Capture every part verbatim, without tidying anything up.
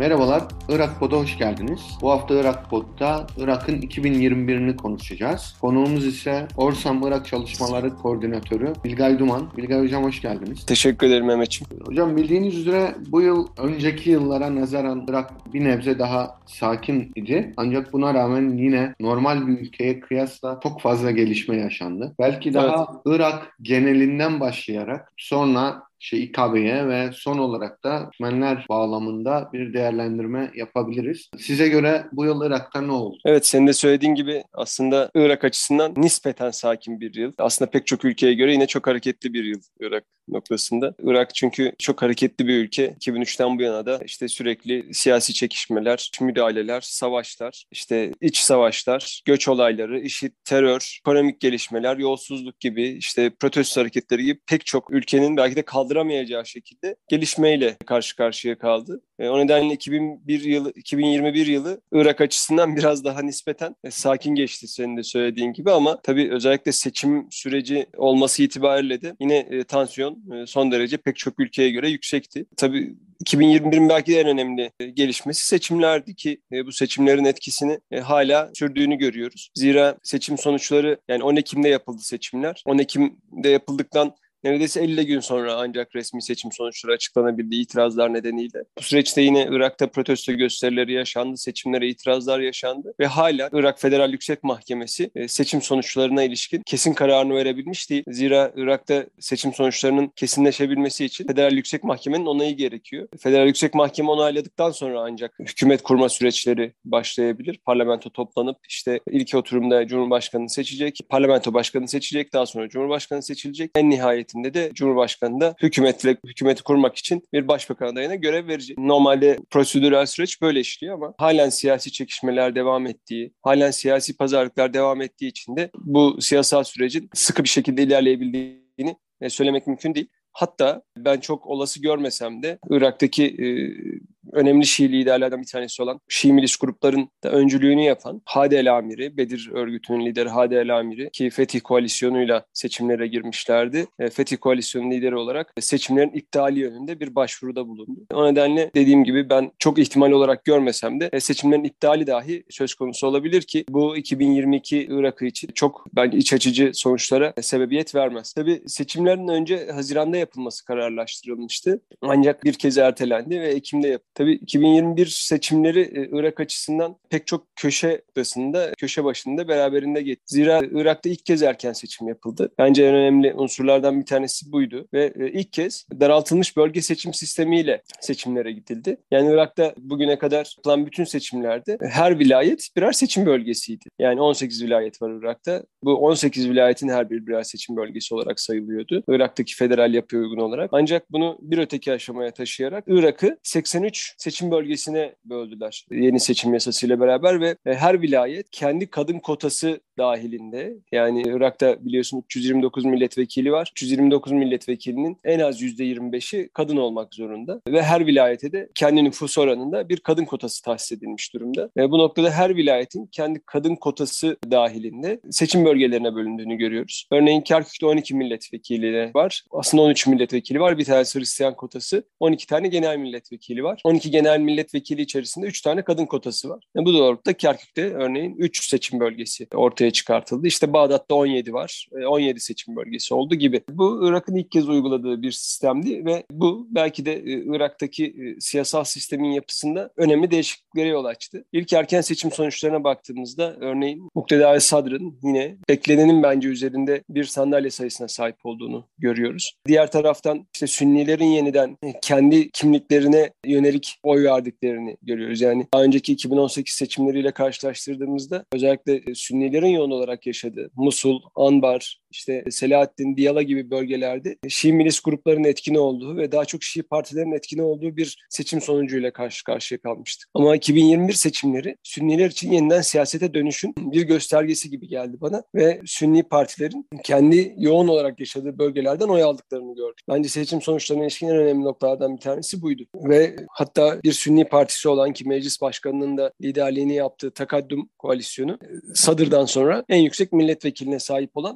Merhabalar, Irak Pod'a hoş geldiniz. Bu hafta Irak Pod'da Irak'ın iki bin yirmi birini konuşacağız. Konuğumuz ise Orsam Irak Çalışmaları Koordinatörü Bilgay Duman. Bilgay Hocam hoş geldiniz. Teşekkür ederim Mehmetciğim. Hocam bildiğiniz üzere bu yıl önceki yıllara nazaran Irak bir nebze daha sakin idi. Ancak buna rağmen yine normal bir ülkeye kıyasla çok fazla gelişme yaşandı. Belki daha Evet. Irak genelinden başlayarak sonra şey İ K B'ye ve son olarak da Türkmenler bağlamında bir değerlendirme yapabiliriz. Size göre bu yıl Irak'ta ne oldu? Evet, senin de söylediğin gibi aslında Irak açısından nispeten sakin bir yıl. Aslında pek çok ülkeye göre yine çok hareketli bir yıl Irak noktasında. Irak çünkü çok hareketli bir ülke. iki bin üçten bu yana da işte sürekli siyasi çekişmeler, müdahaleler, savaşlar, işte iç savaşlar, göç olayları, IŞİD, terör, ekonomik gelişmeler, yolsuzluk gibi işte protesto hareketleri gibi pek çok ülkenin belki de kaldıramayacağı şekilde gelişmeyle karşı karşıya kaldı. E, o nedenle iki bin bir yılı, iki bin yirmi bir yılı Irak açısından biraz daha nispeten e, sakin geçti senin de söylediğin gibi, ama tabii özellikle seçim süreci olması itibariyle de yine e, tansiyon e, son derece pek çok ülkeye göre yüksekti. Tabii iki bin yirmi birin belki de en önemli e, gelişmesi seçimlerdi ki e, bu seçimlerin etkisini e, hala sürdüğünü görüyoruz. Zira seçim sonuçları, yani on Ekim'de yapıldı seçimler. on Ekim'de yapıldıktan neredeyse elli gün sonra ancak resmi seçim sonuçları açıklanabildi itirazlar nedeniyle. Bu süreçte yine Irak'ta protesto gösterileri yaşandı, seçimlere itirazlar yaşandı ve hala Irak Federal Yüksek Mahkemesi seçim sonuçlarına ilişkin kesin kararını verebilmiş değil. Zira Irak'ta seçim sonuçlarının kesinleşebilmesi için Federal Yüksek Mahkemenin onayı gerekiyor. Federal Yüksek Mahkeme onayladıktan sonra ancak hükümet kurma süreçleri başlayabilir. Parlamento toplanıp işte ilk oturumda Cumhurbaşkanı'nı seçecek, parlamento başkanını seçecek, daha sonra Cumhurbaşkanı seçilecek. En nihayet de Cumhurbaşkanı da hükümetle hükümeti kurmak için bir başbakan adayına görev verecek. Normalde prosedürel süreç böyle işliyor ama halen siyasi çekişmeler devam ettiği, halen siyasi pazarlıklar devam ettiği için de bu siyasal sürecin sıkı bir şekilde ilerleyebildiğini söylemek mümkün değil. Hatta ben çok olası görmesem de Irak'taki e, önemli Şii liderlerden bir tanesi olan Şii milis grupların da öncülüğünü yapan Hadi El Amiri, Bedir örgütünün lideri Hadi El Amiri ki Fetih Koalisyonu'yla seçimlere girmişlerdi. E, Fetih Koalisyonu'nun lideri olarak seçimlerin iptali yönünde bir başvuruda bulundu. O nedenle dediğim gibi ben çok ihtimal olarak görmesem de e, seçimlerin iptali dahi söz konusu olabilir ki bu iki bin yirmi iki Irak'ı için çok bence iç açıcı sonuçlara e, sebebiyet vermez. Tabii seçimlerin önce Haziran'da yapılması kararlaştırılmıştı. Ancak bir kez ertelendi ve Ekim'de yapıldı. Tabii iki bin yirmi bir seçimleri e, Irak açısından pek çok köşe noktasında, köşe başında beraberinde getirdi. Zira Irak'ta ilk kez erken seçim yapıldı. Bence en önemli unsurlardan bir tanesi buydu ve e, ilk kez daraltılmış bölge seçim sistemiyle seçimlere gidildi. Yani Irak'ta bugüne kadar yapılan bütün seçimlerde her vilayet birer seçim bölgesiydi. Yani on sekiz vilayet var Irak'ta. Bu on sekiz vilayetin her biri birer seçim bölgesi olarak sayılıyordu. Irak'taki federal yapıya uygun olarak. Ancak bunu bir öteki aşamaya taşıyarak Irak'ı seksen üç seçim bölgesine böldüler yeni seçim yasasıyla beraber ve her vilayet kendi kadın kotası dahilinde, yani Irak'ta biliyorsun üç yüz yirmi dokuz milletvekili var. üç yüz yirmi dokuz milletvekilinin en az yüzde yirmi beşi kadın olmak zorunda ve her vilayete de kendi nüfus oranında bir kadın kotası tahsis edilmiş durumda. Ve bu noktada her vilayetin kendi kadın kotası dahilinde seçim bölgelerine bölündüğünü görüyoruz. Örneğin Kerkük'te on iki milletvekili var. Aslında on üç milletvekili var. Bir tane Hristiyan kotası. on iki tane genel milletvekili var. on iki genel milletvekili içerisinde üç tane kadın kotası var. Yani bu doğrultuda Kerkük'te örneğin üç seçim bölgesi ortaya çıkartıldı. İşte Bağdat'ta on yedi var. on yedi seçim bölgesi oldu gibi. Bu Irak'ın ilk kez uyguladığı bir sistemdi ve bu belki de Irak'taki siyasal sistemin yapısında önemli değişikliklere yol açtı. İlk erken seçim sonuçlarına baktığımızda örneğin Muktedar Sadr'ın yine beklenenin bence üzerinde bir sandalye sayısına sahip olduğunu görüyoruz. Diğer taraftan işte Sünnilerin yeniden kendi kimliklerine yönelik oy verdiklerini görüyoruz. Yani daha önceki iki bin on sekiz seçimleriyle karşılaştırdığımızda özellikle Sünnilerin yoğun olarak yaşadığı Musul, Anbar, işte Selahaddin, Diyala gibi bölgelerde Şii milis gruplarının etkili olduğu ve daha çok Şii partilerin etkili olduğu bir seçim sonucuyla karşı karşıya kalmıştık. Ama iki bin yirmi bir seçimleri Sünniler için yeniden siyasete dönüşün bir göstergesi gibi geldi bana ve Sünni partilerin kendi yoğun olarak yaşadığı bölgelerden oy aldıklarını gördük. Bence seçim sonuçlarına ilişkin en önemli noktalardan bir tanesi buydu. Ve hatta bir Sünni partisi olan ki meclis başkanının da liderliğini yaptığı Takaddüm koalisyonu Sadr'dan sonra en yüksek milletvekiline sahip olan parti oldu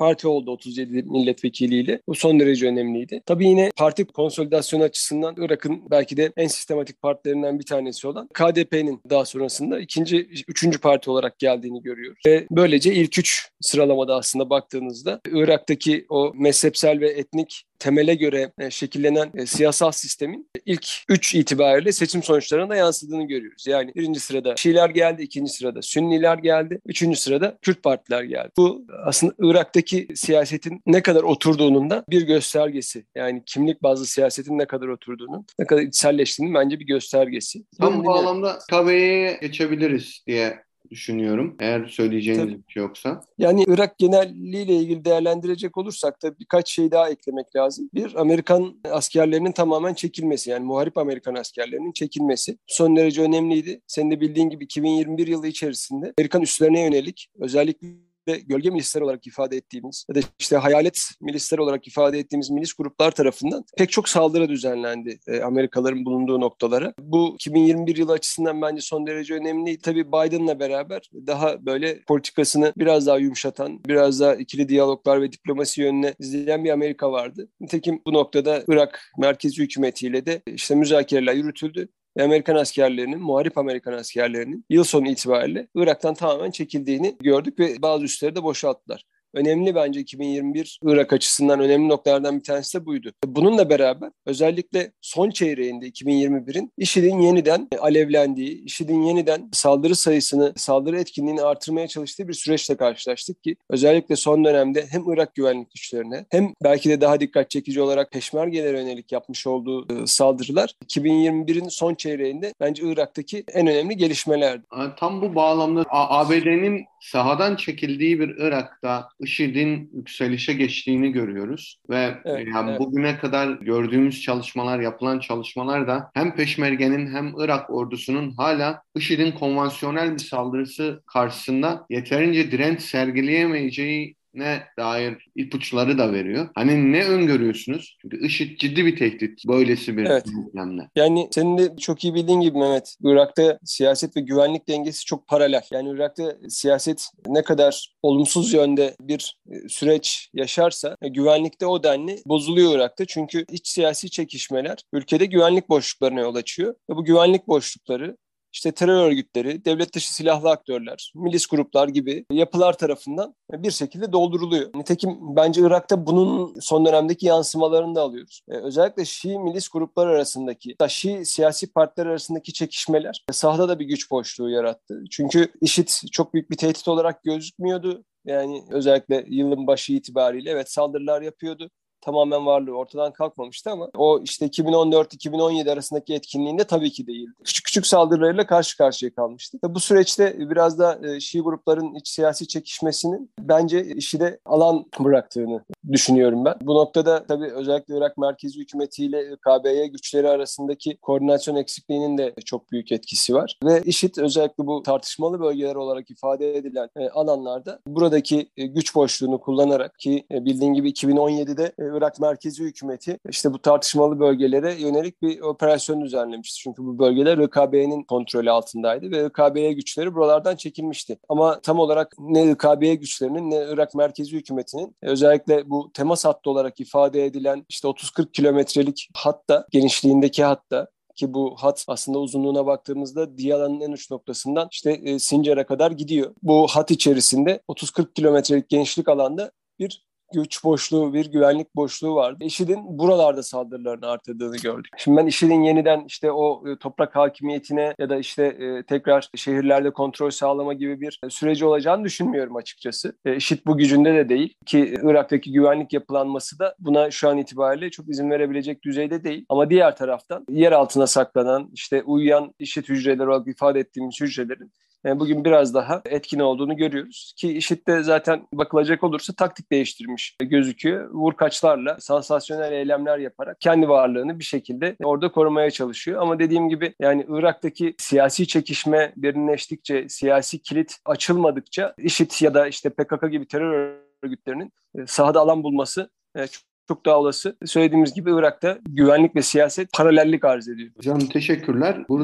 oldu otuz yedi milletvekiliyle. Bu son derece önemliydi. Tabii yine parti konsolidasyonu açısından Irak'ın belki de en sistematik partilerinden bir tanesi olan K D P'nin daha sonrasında ikinci, üçüncü parti olarak geldiğini görüyoruz. Ve böylece ilk üç sıralamada aslında baktığınızda Irak'taki o mezhepsel ve etnik temele göre şekillenen e, siyasal sistemin ilk üç itibariyle seçim sonuçlarına da yansıdığını görüyoruz. Yani birinci sırada Şiiler geldi, ikinci sırada Sünniler geldi, üçüncü sırada Kürt partiler geldi. Bu aslında Irak'taki siyasetin ne kadar oturduğunun da bir göstergesi. Yani kimlik bazlı siyasetin ne kadar oturduğunun, ne kadar içselleştiğinin bence bir göstergesi. Tam bu bağlamda K B Y'ye geçebiliriz diye düşünüyorum. Eğer söyleyeceğiniz Tabii. bir şey yoksa. Yani Irak genelliğiyle ilgili değerlendirecek olursak da birkaç şey daha eklemek lazım. Bir, Amerikan askerlerinin tamamen çekilmesi, yani muharip Amerikan askerlerinin çekilmesi son derece önemliydi. Senin de bildiğin gibi iki bin yirmi bir yılı içerisinde Amerikan üslerine yönelik özellikle gölge milisler olarak ifade ettiğimiz ya da işte hayalet milisler olarak ifade ettiğimiz milis gruplar tarafından pek çok saldırı düzenlendi e, Amerikalıların bulunduğu noktalara. Bu iki bin yirmi bir yılı açısından bence son derece önemli. Tabii Biden'la beraber daha böyle politikasını biraz daha yumuşatan, biraz daha ikili diyaloglar ve diplomasi yönüne izleyen bir Amerika vardı. Nitekim bu noktada Irak merkezi hükümetiyle de işte müzakereler yürütüldü. Amerikan askerlerinin, muharip Amerikan askerlerinin yıl sonu itibariyle Irak'tan tamamen çekildiğini gördük ve bazı üsleri de boşalttılar. Önemli bence iki bin yirmi bir Irak açısından önemli noktalardan bir tanesi de buydu. Bununla beraber özellikle son çeyreğinde iki bin yirmi birin IŞİD'in yeniden alevlendiği, IŞİD'in yeniden saldırı sayısını, saldırı etkinliğini artırmaya çalıştığı bir süreçle karşılaştık ki özellikle son dönemde hem Irak güvenlik güçlerine hem belki de daha dikkat çekici olarak Peşmergelere yönelik yapmış olduğu saldırılar iki bin yirmi birin son çeyreğinde bence Irak'taki en önemli gelişmelerdi. Tam bu bağlamda A B D'nin sahadan çekildiği bir Irak'ta IŞİD'in yükselişe geçtiğini görüyoruz ve Evet, yani evet. bugüne kadar gördüğümüz çalışmalar, yapılan çalışmalar da hem Peşmerge'nin hem Irak ordusunun hala IŞİD'in konvansiyonel bir saldırısı karşısında yeterince direnç sergileyemeyeceği ne dair ipuçları da veriyor. Hani ne öngörüyorsunuz? Çünkü IŞİD ciddi bir tehdit böylesi bir Evet. denklemle. Yani senin de çok iyi bildiğin gibi Mehmet, Irak'ta siyaset ve güvenlik dengesi çok paralel. Yani Irak'ta siyaset ne kadar olumsuz yönde bir süreç yaşarsa güvenlikte o denli bozuluyor Irak'ta. Çünkü iç siyasi çekişmeler ülkede güvenlik boşluklarına yol açıyor. Ve bu güvenlik boşlukları İşte terör örgütleri, devlet dışı silahlı aktörler, milis gruplar gibi yapılar tarafından bir şekilde dolduruluyor. Nitekim bence Irak'ta bunun son dönemdeki yansımalarını da alıyoruz. Ee, özellikle Şii milis gruplar arasındaki, Şii siyasi partiler arasındaki çekişmeler sahada da bir güç boşluğu yarattı. Çünkü IŞİD çok büyük bir tehdit olarak gözükmüyordu. Yani özellikle yılın başı itibariyle evet saldırılar yapıyordu. Tamamen varlığı ortadan kalkmamıştı ama o işte iki bin on dört iki bin on yedi arasındaki etkinliğinde tabii ki değildi. Küçük küçük saldırılarıyla karşı karşıya kalmıştı. Bu süreçte biraz da Şii grupların iç siyasi çekişmesinin bence IŞİD'e alan bıraktığını düşünüyorum ben. Bu noktada tabii özellikle Irak merkezi hükümetiyle K B Y güçleri arasındaki koordinasyon eksikliğinin de çok büyük etkisi var. Ve IŞİD özellikle bu tartışmalı bölgeler olarak ifade edilen alanlarda buradaki güç boşluğunu kullanarak ki bildiğin gibi iki bin on yedide Irak merkezi hükümeti işte bu tartışmalı bölgelere yönelik bir operasyon düzenlemişti. Çünkü bu bölgeler I K B Y'nin kontrolü altındaydı ve I K B Y güçleri buralardan çekilmişti. Ama tam olarak ne I K B Y güçlerinin ne Irak merkezi hükümetinin özellikle bu temas hattı olarak ifade edilen işte otuz kırk kilometrelik hatta, genişliğindeki hatta ki bu hat aslında uzunluğuna baktığımızda Diyala'nın en uç noktasından işte e, Sincar'a kadar gidiyor. Bu hat içerisinde otuz kırk kilometrelik genişlik alanda bir güç boşluğu, bir güvenlik boşluğu vardı. IŞİD'in buralarda saldırılarını artırdığını gördük. Şimdi ben IŞİD'in yeniden işte o e, toprak hakimiyetine ya da işte e, tekrar şehirlerde kontrol sağlama gibi bir e, süreci olacağını düşünmüyorum açıkçası. E, IŞİD bu gücünde de değil ki Irak'taki güvenlik yapılanması da buna şu an itibariyle çok izin verebilecek düzeyde değil. Ama diğer taraftan yer altına saklanan, işte uyuyan IŞİD hücreleri olarak ifade ettiğimiz hücrelerin bugün biraz daha etkin olduğunu görüyoruz. Ki IŞİD de zaten bakılacak olursa taktik değiştirmiş gözüküyor. Vurkaçlarla, sansasyonel eylemler yaparak kendi varlığını bir şekilde orada korumaya çalışıyor. Ama dediğim gibi yani Irak'taki siyasi çekişme derinleştikçe, siyasi kilit açılmadıkça IŞİD ya da işte P K K gibi terör örgütlerinin sahada alan bulması çok çok daha olası. Söylediğimiz gibi Irak'ta güvenlik ve siyaset paralellik arz ediyor. Hocam teşekkürler. Burada Yani.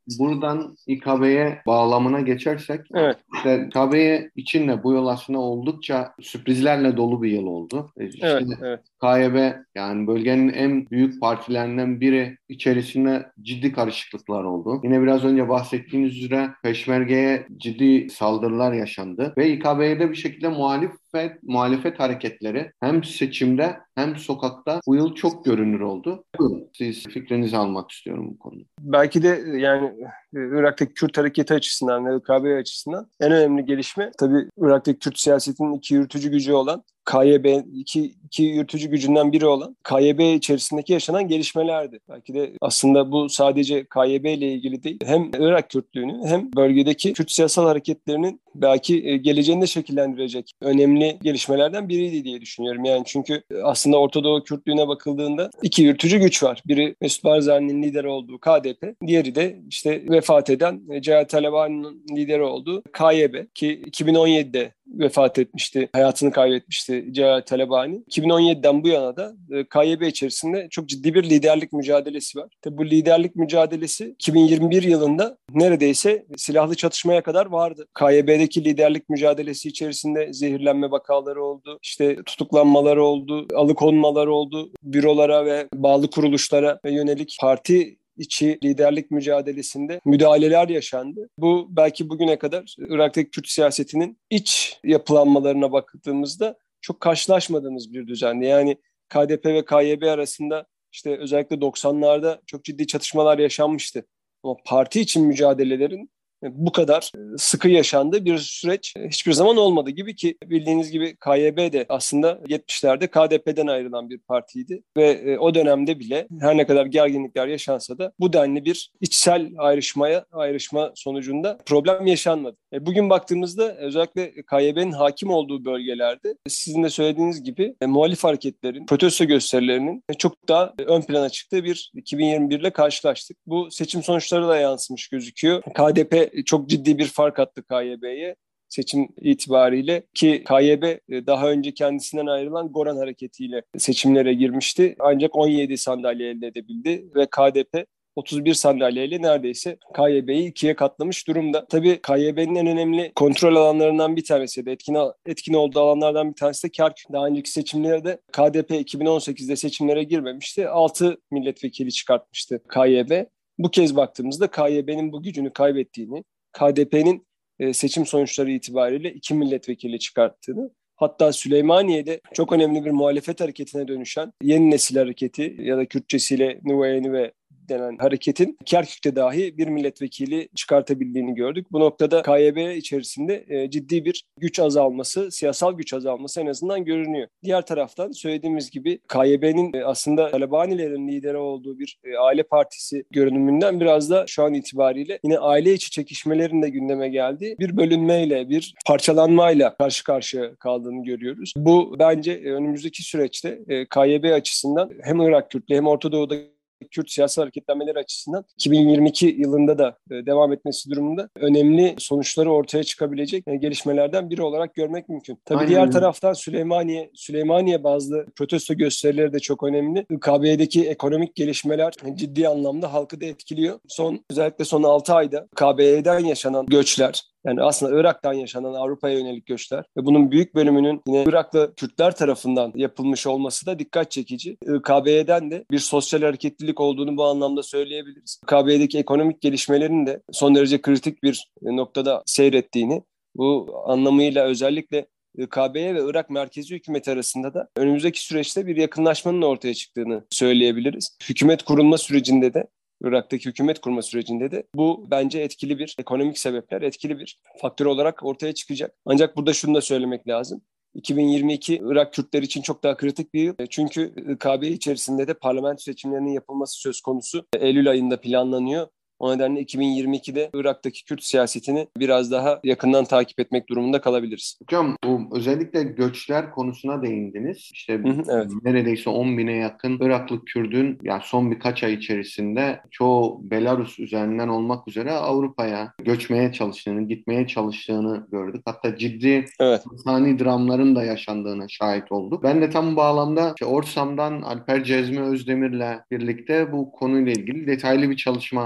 buradan İ K B'ye bağlamına geçersek, Evet, işte İ K B'ye için de bu yıl aslında oldukça sürprizlerle dolu bir yıl oldu. E, İşte evet, evet. K Y B, yani bölgenin en büyük partilerinden biri içerisinde ciddi karışıklıklar oldu. Yine biraz önce bahsettiğiniz üzere Peşmerge'ye ciddi saldırılar yaşandı ve İ K B'ye de bir şekilde muhalefet, muhalefet hareketleri hem seçimde hem sokakta bu yıl çok görünür oldu. Buyurun, siz fikrinizi almak istiyorum bu konuda. Belki de yani e, Irak'taki Kürt hareketi açısından ve I K B açısından en önemli gelişme tabii Irak'taki Kürt siyasetinin iki yürütücü gücü olan K Y B, iki, iki yürütücü gücünden biri olan K Y B içerisindeki yaşanan gelişmelerdi. Belki de aslında bu sadece K Y B ile ilgili değil, hem Irak Kürtlüğünü hem bölgedeki Kürt siyasal hareketlerinin belki e, geleceğini de şekillendirecek önemli gelişmelerden biriydi diye düşünüyorum. Yani çünkü aslında Orta Doğu Kürtlüğüne bakıldığında iki yürütücü güç var. Biri Mesut Barzani'nin lideri olduğu K D P, diğeri de işte vefat eden Celalet Talabani'nin lideri olduğu K Y B ki iki bin on yedide vefat etmişti, hayatını kaybetmişti Celalet Talabani. iki bin on yediden bu yana da K Y B içerisinde çok ciddi bir liderlik mücadelesi var. Tabii bu liderlik mücadelesi iki bin yirmi bir yılında neredeyse silahlı çatışmaya kadar vardı. K Y B'deki liderlik mücadelesi içerisinde zehirlenme vakaları oldu, işte tutuklanmaları oldu, alıkonmaları oldu, bürolara ve bağlı kuruluşlara yönelik parti içi liderlik mücadelesinde müdahaleler yaşandı. Bu belki bugüne kadar Irak'taki Kürt siyasetinin iç yapılanmalarına bakıldığımızda çok karşılaşmadığımız bir düzendi. Yani K D P ve K Y B arasında işte özellikle doksanlarda çok ciddi çatışmalar yaşanmıştı. Ama parti için mücadelelerin bu kadar sıkı yaşandığı bir süreç hiçbir zaman olmadı gibi ki bildiğiniz gibi K Y B de aslında yetmişlerde K D P'den ayrılan bir partiydi ve o dönemde bile her ne kadar gerginlikler yaşansa da bu denli bir içsel ayrışmaya ayrışma sonucunda problem yaşanmadı. Bugün baktığımızda özellikle K Y B'nin hakim olduğu bölgelerde sizin de söylediğiniz gibi muhalif hareketlerin, protesto gösterilerinin çok daha ön plana çıktığı bir iki bin yirmi bir ile karşılaştık. Bu seçim sonuçları da yansımış gözüküyor. K D P çok ciddi bir fark attı K Y B'ye seçim itibariyle ki K Y B daha önce kendisinden ayrılan Goran hareketiyle seçimlere girmişti. Ancak on yedi sandalye elde edebildi ve K D P otuz bir sandalyeyle neredeyse K Y B'yi ikiye katlamış durumda. Tabii K Y B'nin en önemli kontrol alanlarından bir tanesi de etkin, etkin olduğu alanlardan bir tanesi de Kerkük. Daha önceki seçimlerde K D P iki bin on sekizde seçimlere girmemişti. altı milletvekili çıkartmıştı K Y B. Bu kez baktığımızda K Y B'nin bu gücünü kaybettiğini, K D P'nin seçim sonuçları itibariyle iki milletvekili çıkarttığını, hatta Süleymaniye'de çok önemli bir muhalefet hareketine dönüşen Yeni Nesil Hareketi ya da Kürtçesiyle Nuveye Nüve denen hareketin Kerkük'te dahi bir milletvekili çıkartabildiğini gördük. Bu noktada K Y B içerisinde e, ciddi bir güç azalması, siyasal güç azalması en azından görünüyor. Diğer taraftan söylediğimiz gibi K Y B'nin e, aslında Talabanilerin lideri olduğu bir e, aile partisi görünümünden biraz da şu an itibariyle yine aile içi çekişmelerin de gündeme geldiği bir bölünmeyle, bir parçalanmayla karşı karşıya kaldığını görüyoruz. Bu bence e, önümüzdeki süreçte e, K Y B açısından hem Irak Kürtlüğü hem Orta Doğu'da Kürt siyasi hareketlenmeleri açısından iki bin yirmi iki yılında da devam etmesi durumunda önemli sonuçları ortaya çıkabilecek gelişmelerden biri olarak görmek mümkün. Tabii Aynen. Diğer taraftan Süleymaniye, Süleymaniye bazlı protesto gösterileri de çok önemli. I K B'deki ekonomik gelişmeler ciddi anlamda halkı da etkiliyor. Son özellikle son altı ayda K B'den yaşanan göçler, yani aslında Irak'tan yaşanan Avrupa'ya yönelik göçler ve bunun büyük bölümünün yine Iraklı Kürtler tarafından yapılmış olması da dikkat çekici. K B'den de bir sosyal hareketlilik olduğunu bu anlamda söyleyebiliriz. K B'deki ekonomik gelişmelerin de son derece kritik bir noktada seyrettiğini, bu anlamıyla özellikle K B'ye ve Irak merkezi hükümet arasında da önümüzdeki süreçte bir yakınlaşmanın ortaya çıktığını söyleyebiliriz. Hükümet kurulma sürecinde de Irak'taki hükümet kurma sürecinde de bu bence etkili bir ekonomik sebepler, etkili bir faktör olarak ortaya çıkacak. Ancak burada şunu da söylemek lazım. iki bin yirmi iki Irak Kürtler için çok daha kritik bir yıl. Çünkü K B içerisinde de parlamento seçimlerinin yapılması söz konusu. Eylül ayında planlanıyor. O nedenle iki bin yirmi ikide Irak'taki Kürt siyasetini biraz daha yakından takip etmek durumunda kalabiliriz. Hocam bu özellikle göçler konusuna değindiniz. İşte hı hı, evet. neredeyse on bine yakın Iraklı Kürdün yani son birkaç ay içerisinde çoğu Belarus üzerinden olmak üzere Avrupa'ya göçmeye çalıştığını, gitmeye çalıştığını gördük. Hatta ciddi evet. insani dramların da yaşandığına şahit olduk. Ben de tam bu bağlamda işte Orsam'dan Alper Cezmi Özdemir'le birlikte bu konuyla ilgili detaylı bir çalışma yayınladım.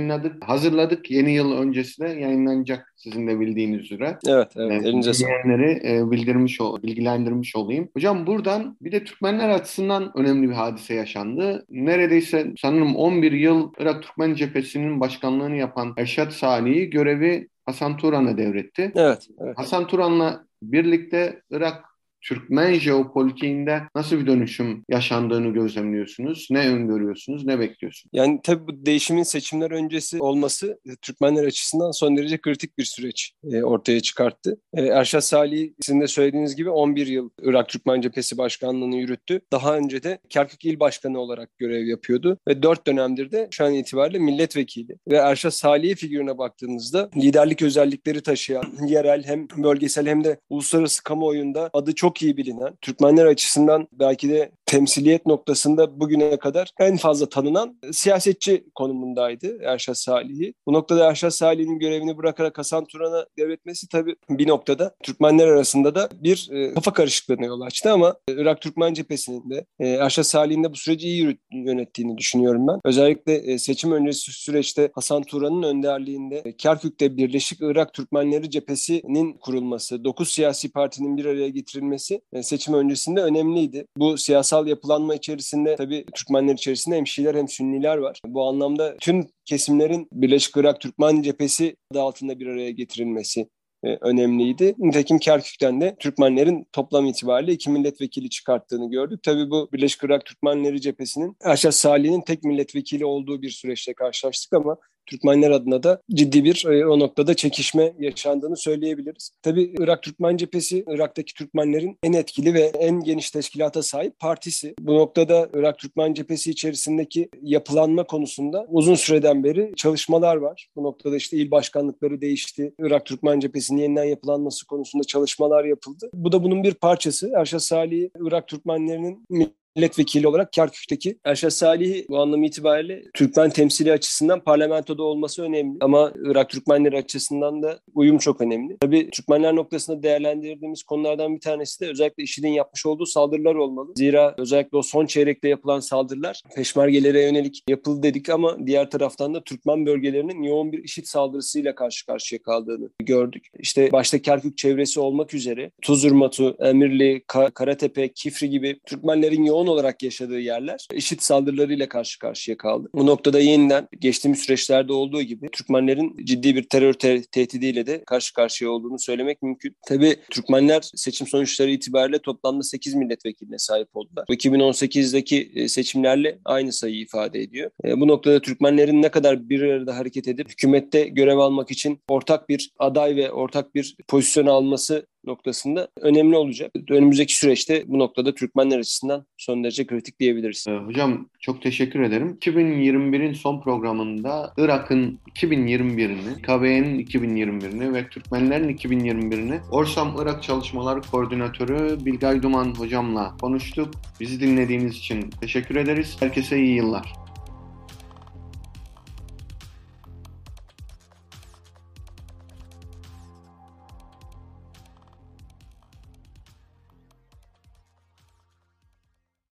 yayınladık, hazırladık. Yeni yıl öncesinde yayınlanacak sizin de bildiğiniz üzere. Evet, evet. Ee, Elinize sağlık. dinleyenleri e, bildirmiş ol, bilgilendirmiş olayım. Hocam buradan bir de Türkmenler açısından önemli bir hadise yaşandı. Neredeyse sanırım on bir yıl Irak Türkmen Cephesi'nin başkanlığını yapan Erşad Salih'i görevi Hasan Turan'a devretti. Evet, evet. Hasan Turan'la birlikte Irak Türkmen jeopolitiğinde nasıl bir dönüşüm yaşandığını gözlemliyorsunuz? Ne öngörüyorsunuz, ne bekliyorsunuz? Yani tabii bu değişimin seçimler öncesi olması Türkmenler açısından son derece kritik bir süreç e, ortaya çıkarttı. E, Erşad Salih, sizin de söylediğiniz gibi on bir yıl Irak Türkmen Cephesi Başkanlığı'nı yürüttü. Daha önce de Kerkük İl Başkanı olarak görev yapıyordu ve dört dönemdir de şu an itibariyle milletvekili. Ve Erşad Salih figürüne baktığınızda liderlik özellikleri taşıyan, yerel hem bölgesel hem de uluslararası kamuoyunda adı çok çok iyi bilinen, Türkmenler açısından belki de temsiliyet noktasında bugüne kadar en fazla tanınan siyasetçi konumundaydı Erşad Salih'i. Bu noktada Erşad Salih'in görevini bırakarak Hasan Turan'a devretmesi tabii bir noktada Türkmenler arasında da bir e, kafa karışıklığına yol açtı ama Irak Türkmen Cephesi'nin de e, Erşad Salih'in de bu süreci iyi yönettiğini düşünüyorum ben. Özellikle e, seçim öncesi süreçte Hasan Turan'ın önderliğinde e, Kerkük'te Birleşik Irak Türkmenleri Cephesi'nin kurulması, dokuz siyasi partinin bir araya getirilmesi seçim öncesinde önemliydi. Bu siyasal yapılanma içerisinde tabii Türkmenler içerisinde hem Şiiler hem Sünniler var. Bu anlamda tüm kesimlerin Birleşik Irak Türkmen Cephesi adı altında bir araya getirilmesi önemliydi. Nitekim Kerkük'ten de Türkmenlerin toplam itibariyle iki milletvekili çıkarttığını gördük. Tabii bu Birleşik Irak Türkmenleri Cephesi'nin Erşad Salih'in tek milletvekili olduğu bir süreçte karşılaştık ama Türkmenler adına da ciddi bir e, o noktada çekişme yaşandığını söyleyebiliriz. Tabii Irak Türkmen Cephesi, Irak'taki Türkmenlerin en etkili ve en geniş teşkilata sahip partisi. Bu noktada Irak Türkmen Cephesi içerisindeki yapılanma konusunda uzun süreden beri çalışmalar var. Bu noktada işte il başkanlıkları değişti. Irak Türkmen Cephesi'nin yeniden yapılanması konusunda çalışmalar yapıldı. Bu da bunun bir parçası. Erşad Salih, Irak Türkmenlerinin milletvekili olarak Kerkük'teki Erşad Salih'i bu anlamı itibariyle Türkmen temsili açısından parlamentoda olması önemli. Ama Irak Türkmenleri açısından da uyum çok önemli. Tabii Türkmenler noktasında değerlendirdiğimiz konulardan bir tanesi de özellikle IŞİD'in yapmış olduğu saldırılar olmalı. Zira özellikle o son çeyrekte yapılan saldırılar peşmergelere yönelik yapıldı dedik ama diğer taraftan da Türkmen bölgelerinin yoğun bir IŞİD saldırısıyla karşı karşıya kaldığını gördük. İşte başta Kerkük çevresi olmak üzere Tuzurmatu, Emirli, Ka- Karatepe, Kifri gibi Türkmenlerin yoğun olarak yaşadığı yerler IŞİD saldırılarıyla karşı karşıya kaldı. Bu noktada yeniden geçtiğimiz süreçlerde olduğu gibi Türkmenlerin ciddi bir terör te- tehdidiyle de karşı karşıya olduğunu söylemek mümkün. Tabii Türkmenler seçim sonuçları itibariyle toplamda sekiz milletvekiline sahip oldular. Bu iki bin on sekizdeki seçimlerle aynı sayıyı ifade ediyor. Bu noktada Türkmenlerin ne kadar bir arada hareket edip hükümette görev almak için ortak bir aday ve ortak bir pozisyon alması noktasında önemli olacak. Önümüzdeki süreçte bu noktada Türkmenler açısından son derece kritik diyebiliriz. Ee, hocam çok teşekkür ederim. iki bin yirmi birin son programında Irak'ın iki bin yirmi birini, K B E'nin iki bin yirmi birini ve Türkmenlerin iki bin yirmi birini Orsam Irak Çalışmaları Koordinatörü Bilgay Duman hocamla konuştuk. Bizi dinlediğiniz için teşekkür ederiz. Herkese iyi yıllar.